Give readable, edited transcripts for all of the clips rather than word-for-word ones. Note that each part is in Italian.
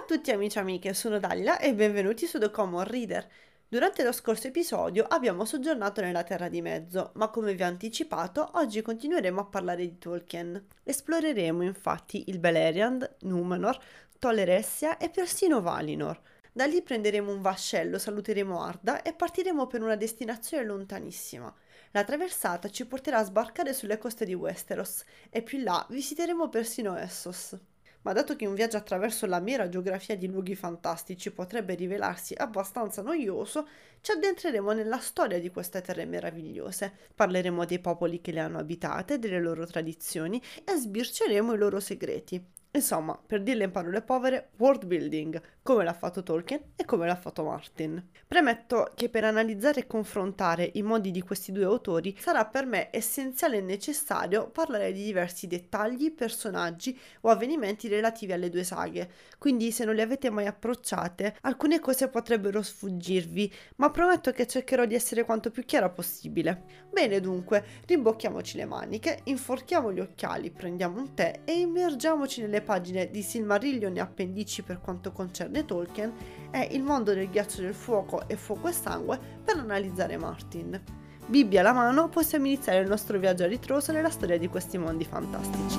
a tutti amici e amiche, sono Dalila e benvenuti su The Common Reader. Durante lo scorso episodio abbiamo soggiornato nella Terra di Mezzo, ma come vi ho anticipato, oggi continueremo a parlare di Tolkien. Esploreremo infatti il Beleriand, Númenor, Tol Eressëa e persino Valinor. Da lì prenderemo un vascello, saluteremo Arda e partiremo per una destinazione lontanissima. La traversata ci porterà a sbarcare sulle coste di Westeros e più in là visiteremo persino Essos. Ma dato che un viaggio attraverso la mera geografia di luoghi fantastici potrebbe rivelarsi abbastanza noioso, ci addentreremo nella storia di queste terre meravigliose, parleremo dei popoli che le hanno abitate, delle loro tradizioni e sbirceremo i loro segreti. Insomma, per dirle in parole povere, world building, come l'ha fatto Tolkien e come l'ha fatto Martin. Premetto che per analizzare e confrontare i modi di questi due autori sarà per me essenziale e necessario parlare di diversi dettagli, personaggi o avvenimenti relativi alle due saghe, quindi se non le avete mai approcciate, alcune cose potrebbero sfuggirvi, ma prometto che cercherò di essere quanto più chiara possibile. Bene dunque, rimbocchiamoci le maniche, inforchiamo gli occhiali, prendiamo un tè e immergiamoci nelle pagine di Silmarillion e appendici per quanto concerne Tolkien e il mondo del ghiaccio del fuoco e fuoco e sangue per analizzare Martin. Bibbia alla mano, possiamo iniziare il nostro viaggio a ritroso nella storia di questi mondi fantastici.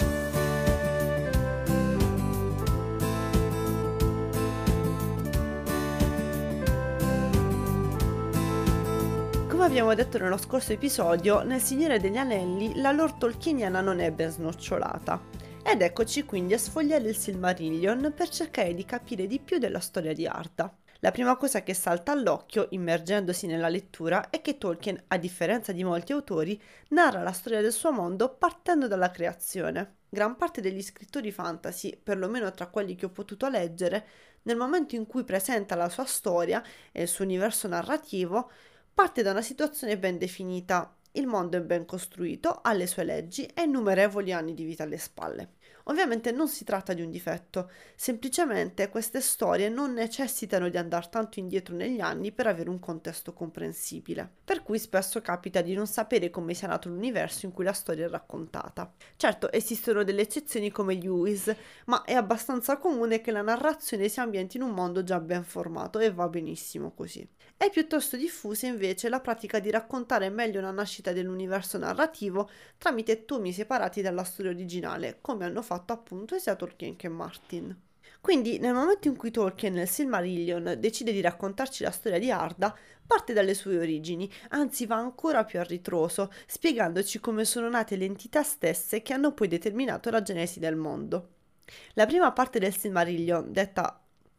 Come abbiamo detto nello scorso episodio, nel Signore degli Anelli la lore tolkieniana non è ben snocciolata. Ed eccoci quindi a sfogliare il Silmarillion per cercare di capire di più della storia di Arda. La prima cosa che salta all'occhio, immergendosi nella lettura, è che Tolkien, a differenza di molti autori, narra la storia del suo mondo partendo dalla creazione. Gran parte degli scrittori fantasy, perlomeno tra quelli che ho potuto leggere, nel momento in cui presenta la sua storia e il suo universo narrativo, parte da una situazione ben definita. Il mondo è ben costruito, ha le sue leggi e innumerevoli anni di vita alle spalle. Ovviamente non si tratta di un difetto, semplicemente queste storie non necessitano di andare tanto indietro negli anni per avere un contesto comprensibile, per cui spesso capita di non sapere come sia nato l'universo in cui la storia è raccontata. Certo, esistono delle eccezioni come Lewis, ma è abbastanza comune che la narrazione si ambienti in un mondo già ben formato e va benissimo così. È piuttosto diffusa invece la pratica di raccontare meglio la nascita dell'universo narrativo tramite tomi separati dalla storia originale, come hanno fatto appunto sia Tolkien che Martin. Quindi nel momento in cui Tolkien nel Silmarillion decide di raccontarci la storia di Arda, parte dalle sue origini, anzi va ancora più a ritroso, spiegandoci come sono nate le entità stesse che hanno poi determinato la genesi del mondo. La prima parte del Silmarillion, detta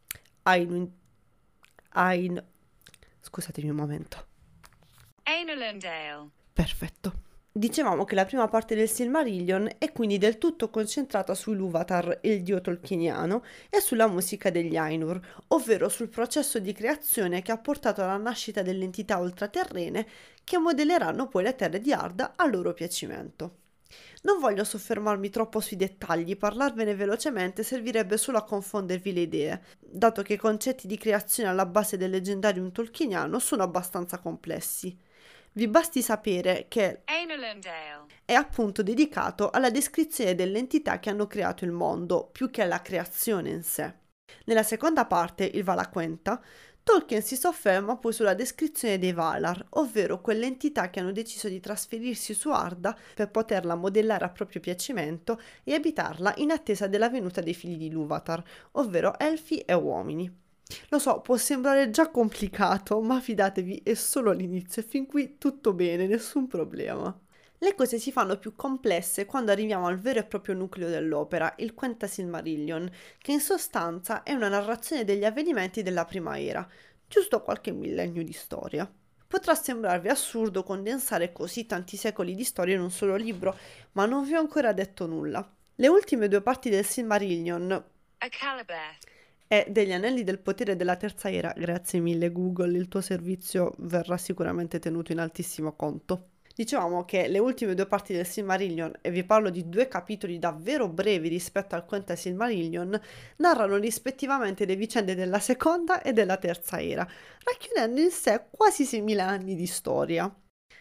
Scusatemi un momento. Ainulindale. Perfetto. Dicevamo che la prima parte del Silmarillion è quindi del tutto concentrata su Ilúvatar, il dio tolkieniano, e sulla musica degli Ainur, ovvero sul processo di creazione che ha portato alla nascita delle entità ultraterrene che modelleranno poi le terre di Arda a loro piacimento. Non voglio soffermarmi troppo sui dettagli, parlarvene velocemente servirebbe solo a confondervi le idee, dato che i concetti di creazione alla base del leggendarium tolkieniano sono abbastanza complessi. Vi basti sapere che Ainulindale. è appunto dedicato alla descrizione delle entità che hanno creato il mondo, più che alla creazione in sé. Nella seconda parte, il Valaquenta, Tolkien si sofferma poi sulla descrizione dei Valar, ovvero quelle entità che hanno deciso di trasferirsi su Arda per poterla modellare a proprio piacimento e abitarla in attesa della venuta dei figli di Ilúvatar, ovvero elfi e uomini. Lo so, può sembrare già complicato, ma fidatevi, è solo l'inizio e fin qui tutto bene, nessun problema. Le cose si fanno più complesse quando arriviamo al vero e proprio nucleo dell'opera, il Quenta Silmarillion, che in sostanza è una narrazione degli avvenimenti della prima era, giusto qualche millennio di storia. Potrà sembrarvi assurdo condensare così tanti secoli di storia in un solo libro, ma non vi ho ancora detto nulla. Le ultime due parti del Silmarillion Akallabeth. e degli Anelli del Potere della Terza Era, grazie mille Google, il tuo servizio verrà sicuramente tenuto in altissimo conto. Dicevamo che le ultime due parti del Silmarillion, e vi parlo di due capitoli davvero brevi rispetto al Quenta Silmarillion, narrano rispettivamente le vicende della seconda e della terza era, racchiudendo in sé quasi 6.000 anni di storia.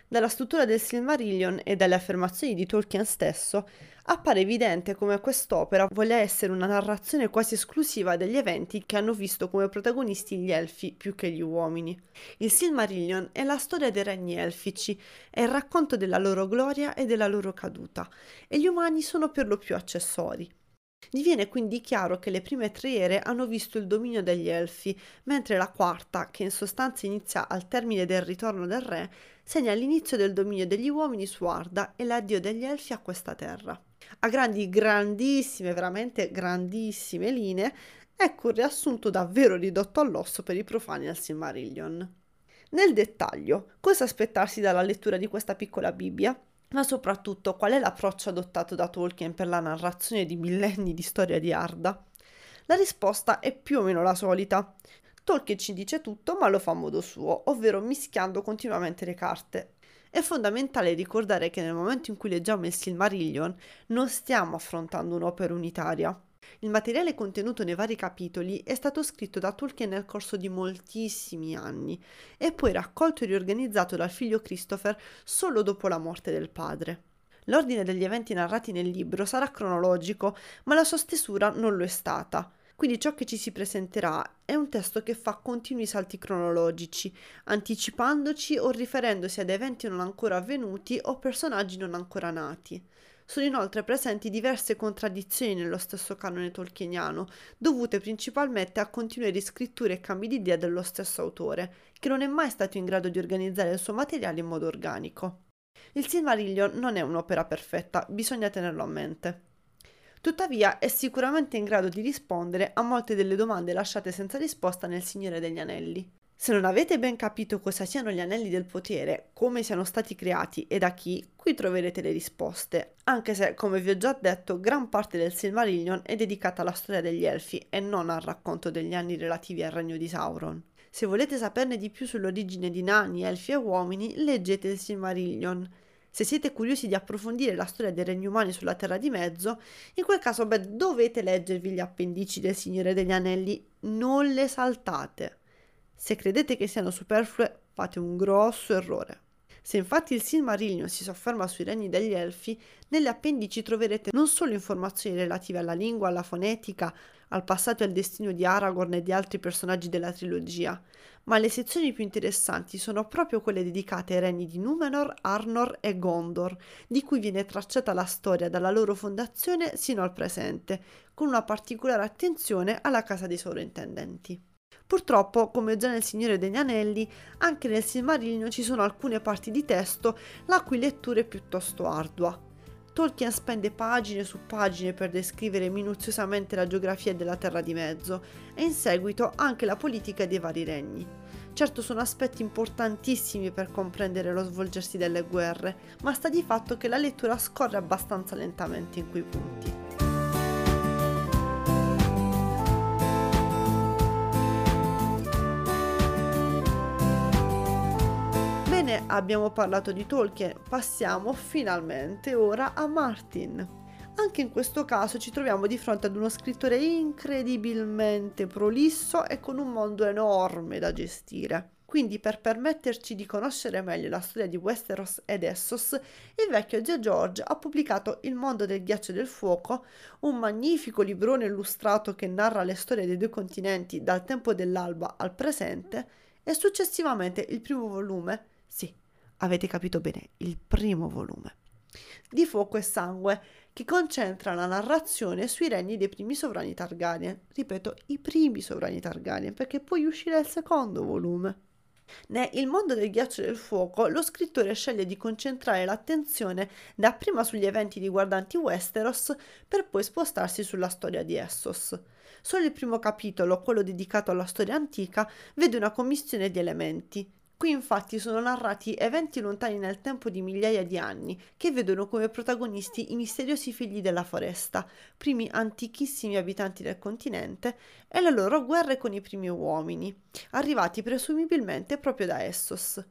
Dalla struttura del Silmarillion e dalle affermazioni di Tolkien stesso, appare evidente come quest'opera voglia essere una narrazione quasi esclusiva degli eventi che hanno visto come protagonisti gli elfi più che gli uomini. Il Silmarillion è la storia dei regni elfici, è il racconto della loro gloria e della loro caduta, e gli umani sono per lo più accessori. Diviene quindi chiaro che le prime tre ere hanno visto il dominio degli Elfi, mentre la quarta, che in sostanza inizia al termine del ritorno del re, segna l'inizio del dominio degli uomini su Arda e l'addio degli Elfi a questa terra. A grandissime, veramente grandissime linee, ecco un riassunto davvero ridotto all'osso per i profani al Silmarillion. Nel dettaglio, cosa aspettarsi dalla lettura di questa piccola Bibbia? Ma soprattutto, qual è l'approccio adottato da Tolkien per la narrazione di millenni di storia di Arda? La risposta è più o meno la solita. Tolkien ci dice tutto, ma lo fa a modo suo, ovvero mischiando continuamente le carte. È fondamentale ricordare che nel momento in cui leggiamo il Silmarillion non stiamo affrontando un'opera unitaria. Il materiale contenuto nei vari capitoli è stato scritto da Tolkien nel corso di moltissimi anni e poi raccolto e riorganizzato dal figlio Christopher solo dopo la morte del padre. L'ordine degli eventi narrati nel libro sarà cronologico, ma la sua stesura non lo è stata. Quindi ciò che ci si presenterà è un testo che fa continui salti cronologici, anticipandoci o riferendosi ad eventi non ancora avvenuti o personaggi non ancora nati. Sono inoltre presenti diverse contraddizioni nello stesso canone tolkieniano, dovute principalmente a continue riscritture e cambi di idea dello stesso autore, che non è mai stato in grado di organizzare il suo materiale in modo organico. Il Silmarillion non è un'opera perfetta, bisogna tenerlo a mente. Tuttavia è sicuramente in grado di rispondere a molte delle domande lasciate senza risposta nel Signore degli Anelli. Se non avete ben capito cosa siano gli Anelli del Potere, come siano stati creati e da chi, qui troverete le risposte, anche se, come vi ho già detto, gran parte del Silmarillion è dedicata alla storia degli Elfi e non al racconto degli anni relativi al regno di Sauron. Se volete saperne di più sull'origine di nani, elfi e uomini, leggete il Silmarillion. Se siete curiosi di approfondire la storia dei regni umani sulla Terra di Mezzo, in quel caso dovete leggervi gli appendici del Signore degli Anelli, non le saltate. Se credete che siano superflue, fate un grosso errore. Se infatti il Silmarillion si sofferma sui regni degli Elfi, nelle appendici troverete non solo informazioni relative alla lingua, alla fonetica, al passato e al destino di Aragorn e di altri personaggi della trilogia, ma le sezioni più interessanti sono proprio quelle dedicate ai regni di Númenor, Arnor e Gondor, di cui viene tracciata la storia dalla loro fondazione sino al presente, con una particolare attenzione alla casa dei sovrintendenti. Purtroppo, come già nel Signore degli Anelli, anche nel Silmarillion ci sono alcune parti di testo la cui lettura è piuttosto ardua. Tolkien spende pagine su pagine per descrivere minuziosamente la geografia della Terra di Mezzo e in seguito anche la politica dei vari regni. Certo sono aspetti importantissimi per comprendere lo svolgersi delle guerre, ma sta di fatto che la lettura scorre abbastanza lentamente in quei punti. Bene, abbiamo parlato di Tolkien, passiamo finalmente ora a Martin. Anche in questo caso ci troviamo di fronte ad uno scrittore incredibilmente prolisso e con un mondo enorme da gestire. Quindi, per permetterci di conoscere meglio la storia di Westeros ed Essos, il vecchio G. George ha pubblicato Il mondo del ghiaccio e del fuoco, un magnifico librone illustrato che narra le storie dei due continenti dal tempo dell'alba al presente, e successivamente il primo volume. Sì, avete capito bene, il primo volume di Fuoco e Sangue, che concentra la narrazione sui regni dei primi sovrani Targaryen. Ripeto, i primi sovrani Targaryen, perché poi uscirà il secondo volume. Il mondo del ghiaccio e del fuoco, lo scrittore sceglie di concentrare l'attenzione dapprima sugli eventi riguardanti Westeros, per poi spostarsi sulla storia di Essos. Solo il primo capitolo, quello dedicato alla storia antica, vede una commistione di elementi. Qui infatti sono narrati eventi lontani nel tempo di migliaia di anni, che vedono come protagonisti i misteriosi figli della foresta, primi antichissimi abitanti del continente, e le loro guerre con i primi uomini, arrivati presumibilmente proprio da Essos.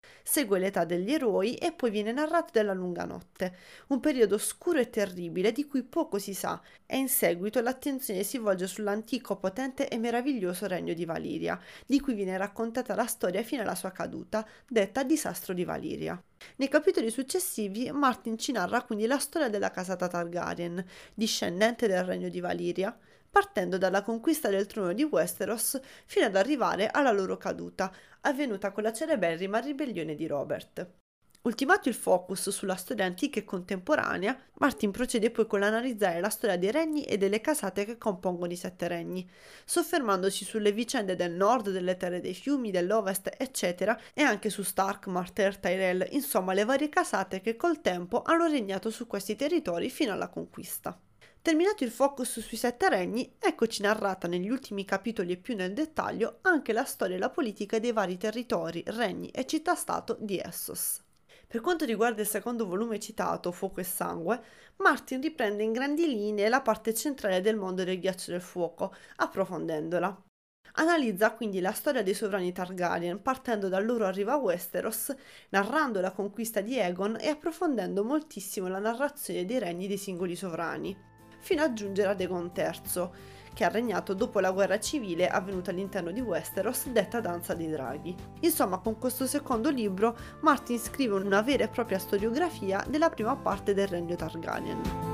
Segue l'età degli eroi e poi viene narrato della lunga notte, un periodo oscuro e terribile di cui poco si sa, e in seguito l'attenzione si volge sull'antico, potente e meraviglioso regno di Valiria, di cui viene raccontata la storia fino alla sua caduta, detta Disastro di Valiria. Nei capitoli successivi Martin ci narra quindi la storia della casata Targaryen, discendente del regno di Valiria, partendo dalla conquista del trono di Westeros fino ad arrivare alla loro caduta, avvenuta con la celeberrima ribellione di Robert. Ultimato il focus sulla storia antica e contemporanea, Martin procede poi con l'analizzare la storia dei regni e delle casate che compongono i 7 regni, soffermandosi sulle vicende del nord, delle terre dei fiumi, dell'ovest, eccetera, e anche su Stark, Martell, Tyrell, insomma le varie casate che col tempo hanno regnato su questi territori fino alla conquista. Terminato il focus sui 7 regni, eccoci narrata negli ultimi capitoli e più nel dettaglio anche la storia e la politica dei vari territori, regni e città-stato di Essos. Per quanto riguarda il secondo volume citato, Fuoco e Sangue, Martin riprende in grandi linee la parte centrale del mondo del ghiaccio del fuoco, approfondendola. Analizza quindi la storia dei sovrani Targaryen, partendo dal loro arrivo a Westeros, narrando la conquista di Aegon e approfondendo moltissimo la narrazione dei regni dei singoli sovrani, fino a giungere ad Aegon III, che ha regnato dopo la guerra civile avvenuta all'interno di Westeros, detta Danza dei Draghi. Insomma, con questo secondo libro Martin scrive una vera e propria storiografia della prima parte del regno Targaryen.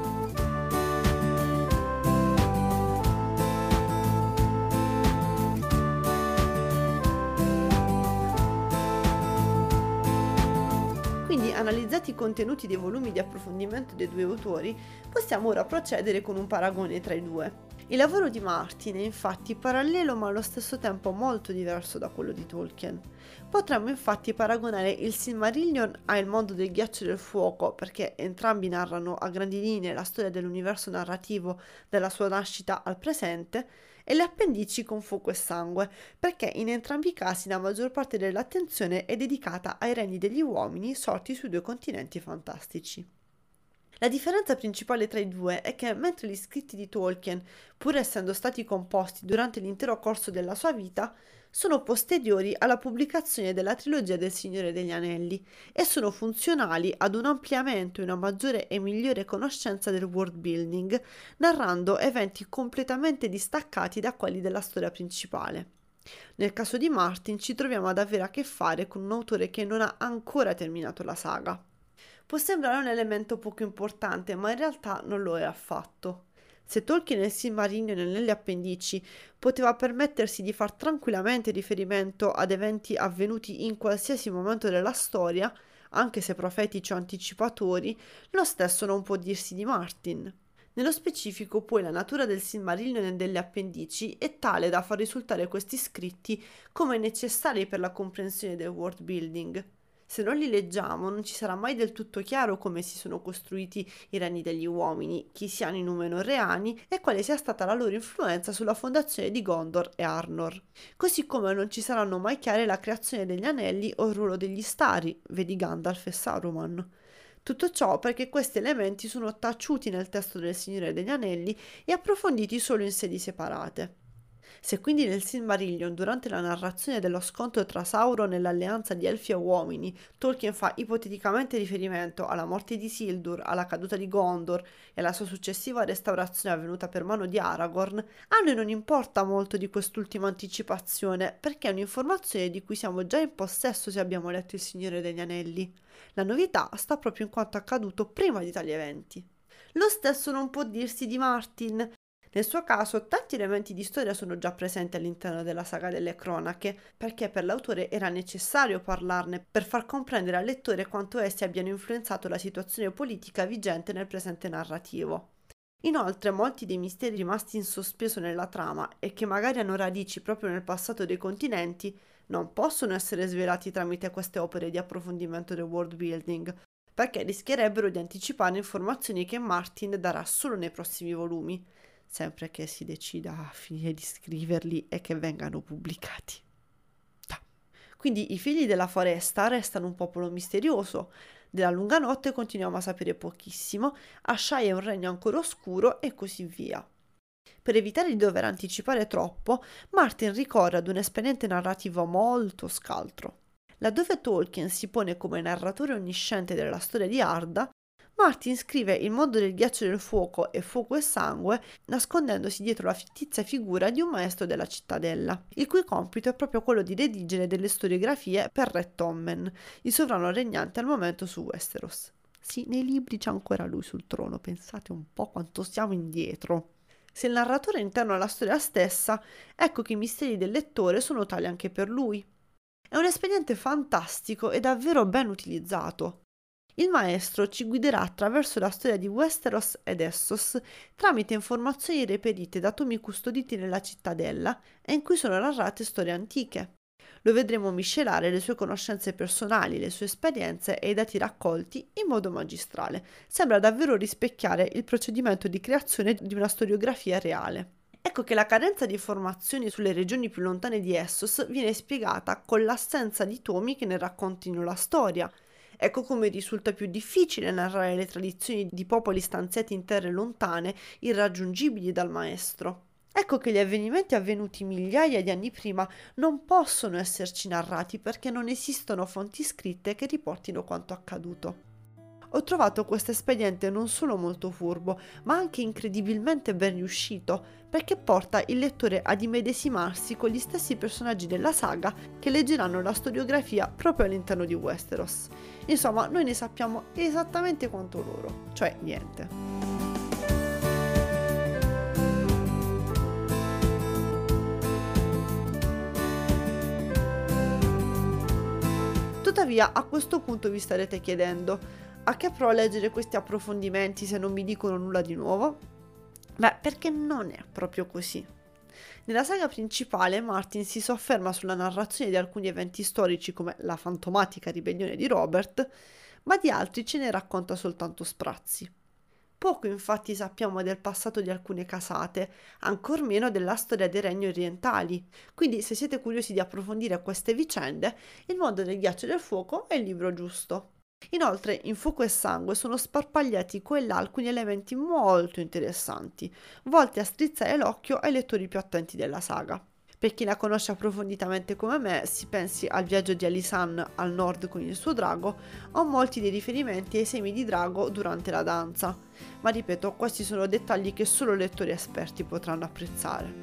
Quindi, analizzati i contenuti dei volumi di approfondimento dei due autori, possiamo ora procedere con un paragone tra i due. Il lavoro di Martin è infatti parallelo ma allo stesso tempo molto diverso da quello di Tolkien. Potremmo infatti paragonare il Silmarillion a Il mondo del ghiaccio e del fuoco, perché entrambi narrano a grandi linee la storia dell'universo narrativo dalla sua nascita al presente, e le appendici con Fuoco e Sangue, perché in entrambi i casi la maggior parte dell'attenzione è dedicata ai regni degli uomini sorti sui due continenti fantastici. La differenza principale tra i due è che mentre gli scritti di Tolkien, pur essendo stati composti durante l'intero corso della sua vita, sono posteriori alla pubblicazione della trilogia del Signore degli Anelli e sono funzionali ad un ampliamento e una maggiore e migliore conoscenza del world building, narrando eventi completamente distaccati da quelli della storia principale. Nel caso di Martin ci troviamo ad avere a che fare con un autore che non ha ancora terminato la saga. Può sembrare un elemento poco importante, ma in realtà non lo è affatto. Se Tolkien nel Silmarillion e nelle appendici poteva permettersi di far tranquillamente riferimento ad eventi avvenuti in qualsiasi momento della storia, anche se profetici o anticipatori, lo stesso non può dirsi di Martin. Nello specifico, poi, la natura del Silmarillion e delle appendici è tale da far risultare questi scritti come necessari per la comprensione del world building. Se non li leggiamo, non ci sarà mai del tutto chiaro come si sono costruiti i regni degli uomini, chi siano i Númenóreani e quale sia stata la loro influenza sulla fondazione di Gondor e Arnor. Così come non ci saranno mai chiare la creazione degli anelli o il ruolo degli Stari, vedi Gandalf e Saruman. Tutto ciò perché questi elementi sono taciuti nel testo del Signore degli Anelli e approfonditi solo in sedi separate. Se quindi nel Silmarillion, durante la narrazione dello scontro tra Sauron e l'alleanza di elfi e uomini, Tolkien fa ipoteticamente riferimento alla morte di Isildur, alla caduta di Gondor e alla sua successiva restaurazione avvenuta per mano di Aragorn, a noi non importa molto di quest'ultima anticipazione, perché è un'informazione di cui siamo già in possesso se abbiamo letto Il Signore degli Anelli. La novità sta proprio in quanto accaduto prima di tali eventi. Lo stesso non può dirsi di Martin. Nel suo caso, tanti elementi di storia sono già presenti all'interno della saga delle cronache, perché per l'autore era necessario parlarne per far comprendere al lettore quanto essi abbiano influenzato la situazione politica vigente nel presente narrativo. Inoltre, molti dei misteri rimasti in sospeso nella trama e che magari hanno radici proprio nel passato dei continenti, non possono essere svelati tramite queste opere di approfondimento del world building, perché rischierebbero di anticipare informazioni che Martin darà solo nei prossimi volumi, sempre che si decida a finire di scriverli e che vengano pubblicati. Quindi i figli della foresta restano un popolo misterioso, della lunga notte continuiamo a sapere pochissimo, Asshai è un regno ancora oscuro e così via. Per evitare di dover anticipare troppo, Martin ricorre ad un espediente narrativo molto scaltro. Laddove Tolkien si pone come narratore onnisciente della storia di Arda, Martin scrive Il mondo del ghiaccio e del fuoco e Fuoco e sangue, nascondendosi dietro la fittizia figura di un maestro della cittadella, il cui compito è proprio quello di redigere delle storiografie per Re Tommen, il sovrano regnante al momento su Westeros. Sì, nei libri c'è ancora lui sul trono, pensate un po' quanto siamo indietro. Se il narratore è interno alla storia stessa, ecco che i misteri del lettore sono tali anche per lui. È un espediente fantastico e davvero ben utilizzato. Il maestro ci guiderà attraverso la storia di Westeros ed Essos tramite informazioni reperite da tomi custoditi nella cittadella e in cui sono narrate storie antiche. Lo vedremo miscelare le sue conoscenze personali, le sue esperienze e i dati raccolti in modo magistrale. Sembra davvero rispecchiare il procedimento di creazione di una storiografia reale. Ecco che la carenza di informazioni sulle regioni più lontane di Essos viene spiegata con l'assenza di tomi che ne raccontino la storia. Ecco come risulta più difficile narrare le tradizioni di popoli stanziati in terre lontane, irraggiungibili dal maestro. Ecco che gli avvenimenti avvenuti migliaia di anni prima non possono esserci narrati perché non esistono fonti scritte che riportino quanto accaduto. Ho trovato questo espediente non solo molto furbo, ma anche incredibilmente ben riuscito, perché porta il lettore ad immedesimarsi con gli stessi personaggi della saga che leggeranno la storiografia proprio all'interno di Westeros. Insomma, noi ne sappiamo esattamente quanto loro, cioè niente. Tuttavia, a questo punto vi starete chiedendo: a che pro leggere questi approfondimenti se non mi dicono nulla di nuovo? Beh, perché non è proprio così. Nella saga principale Martin si sofferma sulla narrazione di alcuni eventi storici come la fantomatica ribellione di Robert, ma di altri ce ne racconta soltanto sprazzi. Poco infatti sappiamo del passato di alcune casate, ancor meno della storia dei regni orientali, quindi se siete curiosi di approfondire queste vicende, Il mondo del ghiaccio e del fuoco è il libro giusto. Inoltre, in Fuoco e sangue sono sparpagliati qua e là alcuni elementi molto interessanti, volti a strizzare l'occhio ai lettori più attenti della saga. Per chi la conosce approfonditamente come me, si pensi al viaggio di Alisan al nord con il suo drago, o molti dei riferimenti ai semi di drago durante la danza. Ma ripeto, questi sono dettagli che solo lettori esperti potranno apprezzare.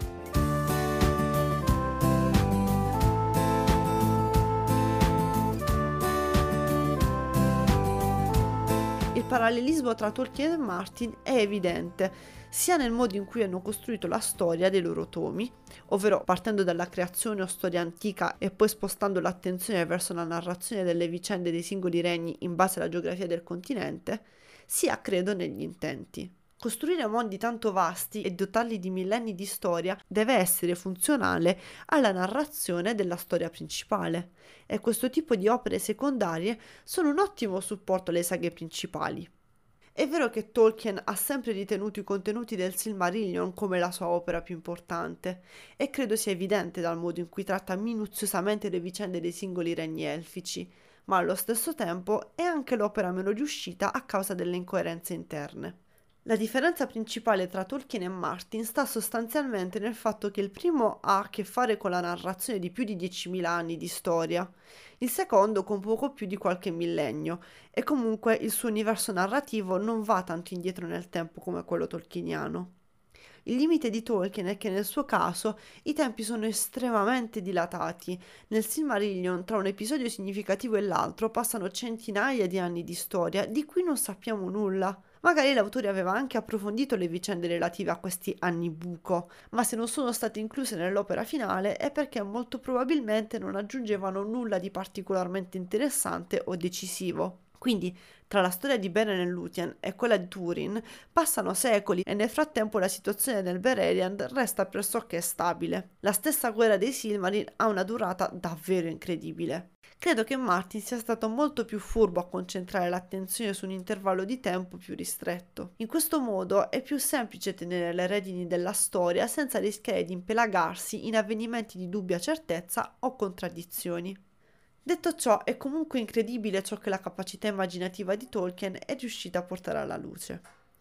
Il parallelismo tra Tolkien e Martin è evidente, sia nel modo in cui hanno costruito la storia dei loro tomi, ovvero partendo dalla creazione o storia antica e poi spostando l'attenzione verso la narrazione delle vicende dei singoli regni in base alla geografia del continente, sia credo negli intenti. Costruire mondi tanto vasti e dotarli di millenni di storia deve essere funzionale alla narrazione della storia principale, e questo tipo di opere secondarie sono un ottimo supporto alle saghe principali. È vero che Tolkien ha sempre ritenuto i contenuti del Silmarillion come la sua opera più importante, e credo sia evidente dal modo in cui tratta minuziosamente le vicende dei singoli regni elfici, ma allo stesso tempo è anche l'opera meno riuscita a causa delle incoerenze interne. La differenza principale tra Tolkien e Martin sta sostanzialmente nel fatto che il primo ha a che fare con la narrazione di più di 10.000 anni di storia, il secondo con poco più di qualche millennio, e comunque il suo universo narrativo non va tanto indietro nel tempo come quello tolkieniano. Il limite di Tolkien è che nel suo caso i tempi sono estremamente dilatati. Nel Silmarillion, tra un episodio significativo e l'altro, passano centinaia di anni di storia di cui non sappiamo nulla. Magari l'autore aveva anche approfondito le vicende relative a questi anni buco, ma se non sono state incluse nell'opera finale è perché molto probabilmente non aggiungevano nulla di particolarmente interessante o decisivo. Quindi, tra la storia di Beren e Lúthien e quella di Túrin passano secoli e nel frattempo la situazione nel Beleriand resta pressoché stabile. La stessa guerra dei Silmaril ha una durata davvero incredibile. Credo che Martin sia stato molto più furbo a concentrare l'attenzione su un intervallo di tempo più ristretto. In questo modo è più semplice tenere le redini della storia senza rischiare di impelagarsi in avvenimenti di dubbia certezza o contraddizioni. Detto ciò, è comunque incredibile ciò che la capacità immaginativa di Tolkien è riuscita a portare alla luce.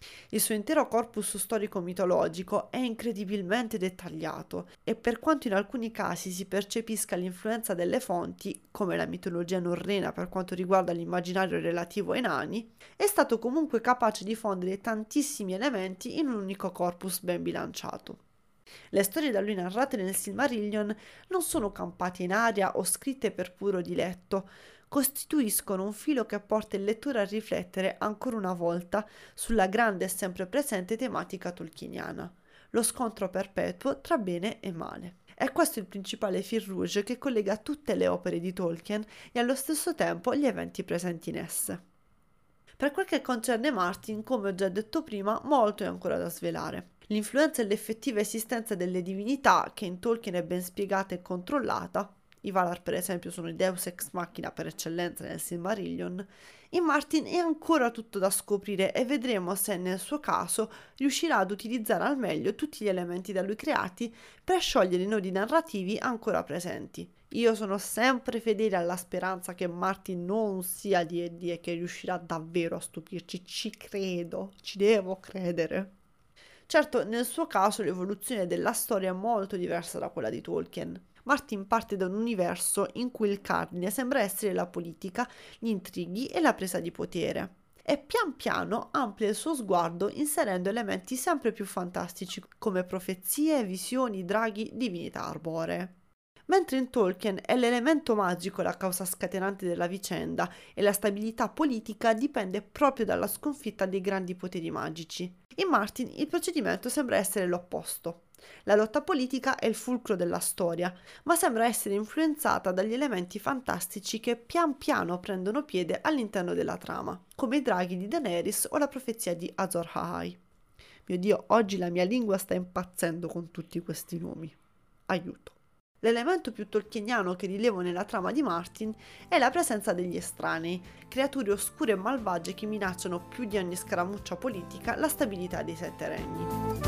Il suo intero corpus storico-mitologico è incredibilmente dettagliato e per quanto in alcuni casi si percepisca l'influenza delle fonti, come la mitologia norrena per quanto riguarda l'immaginario relativo ai nani, è stato comunque capace di fondere tantissimi elementi in un unico corpus ben bilanciato. Le storie da lui narrate nel Silmarillion non sono campate in aria o scritte per puro diletto, costituiscono un filo che porta il lettore a riflettere ancora una volta sulla grande e sempre presente tematica tolkieniana, lo scontro perpetuo tra bene e male. È questo il principale fil rouge che collega tutte le opere di Tolkien e allo stesso tempo gli eventi presenti in esse. Per quel che concerne Martin, come ho già detto prima, molto è ancora da svelare. L'influenza e l'effettiva esistenza delle divinità, che in Tolkien è ben spiegata e controllata, i Valar per esempio sono i Deus ex machina per eccellenza nel Silmarillion, in Martin è ancora tutto da scoprire e vedremo se nel suo caso riuscirà ad utilizzare al meglio tutti gli elementi da lui creati per sciogliere i nodi narrativi ancora presenti. Io sono sempre fedele alla speranza che Martin non sia D&D e che riuscirà davvero a stupirci, ci credo, ci devo credere. Certo, nel suo caso l'evoluzione della storia è molto diversa da quella di Tolkien. Martin parte da un universo in cui il cardine sembra essere la politica, gli intrighi e la presa di potere. E pian piano amplia il suo sguardo inserendo elementi sempre più fantastici come profezie, visioni, draghi, divinità arboree. Mentre in Tolkien è l'elemento magico la causa scatenante della vicenda e la stabilità politica dipende proprio dalla sconfitta dei grandi poteri magici. In Martin il procedimento sembra essere l'opposto. La lotta politica è il fulcro della storia, ma sembra essere influenzata dagli elementi fantastici che pian piano prendono piede all'interno della trama, come i draghi di Daenerys o la profezia di Azor Ahai. Mio Dio, oggi la mia lingua sta impazzendo con tutti questi nomi. Aiuto. L'elemento più tolkieniano che rilevo nella trama di Martin è la presenza degli estranei, creature oscure e malvagie che minacciano più di ogni scaramuccia politica la stabilità dei Sette Regni.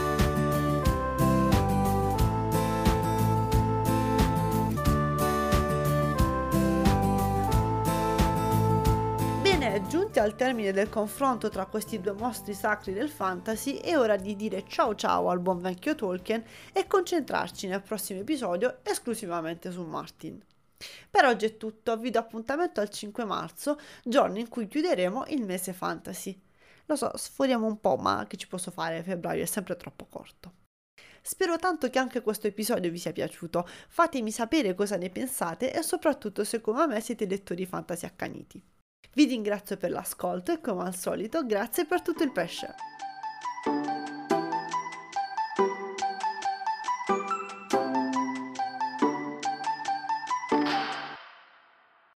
Giunti al termine del confronto tra questi due mostri sacri del fantasy, è ora di dire ciao ciao al buon vecchio Tolkien e concentrarci nel prossimo episodio esclusivamente su Martin. Per oggi è tutto, vi do appuntamento al 5 marzo, giorno in cui chiuderemo il mese fantasy. Lo so, sforiamo un po', ma che ci posso fare? Febbraio è sempre troppo corto. Spero tanto che anche questo episodio vi sia piaciuto, fatemi sapere cosa ne pensate e soprattutto se come me siete lettori fantasy accaniti. Vi ringrazio per l'ascolto e come al solito grazie per tutto il pesce!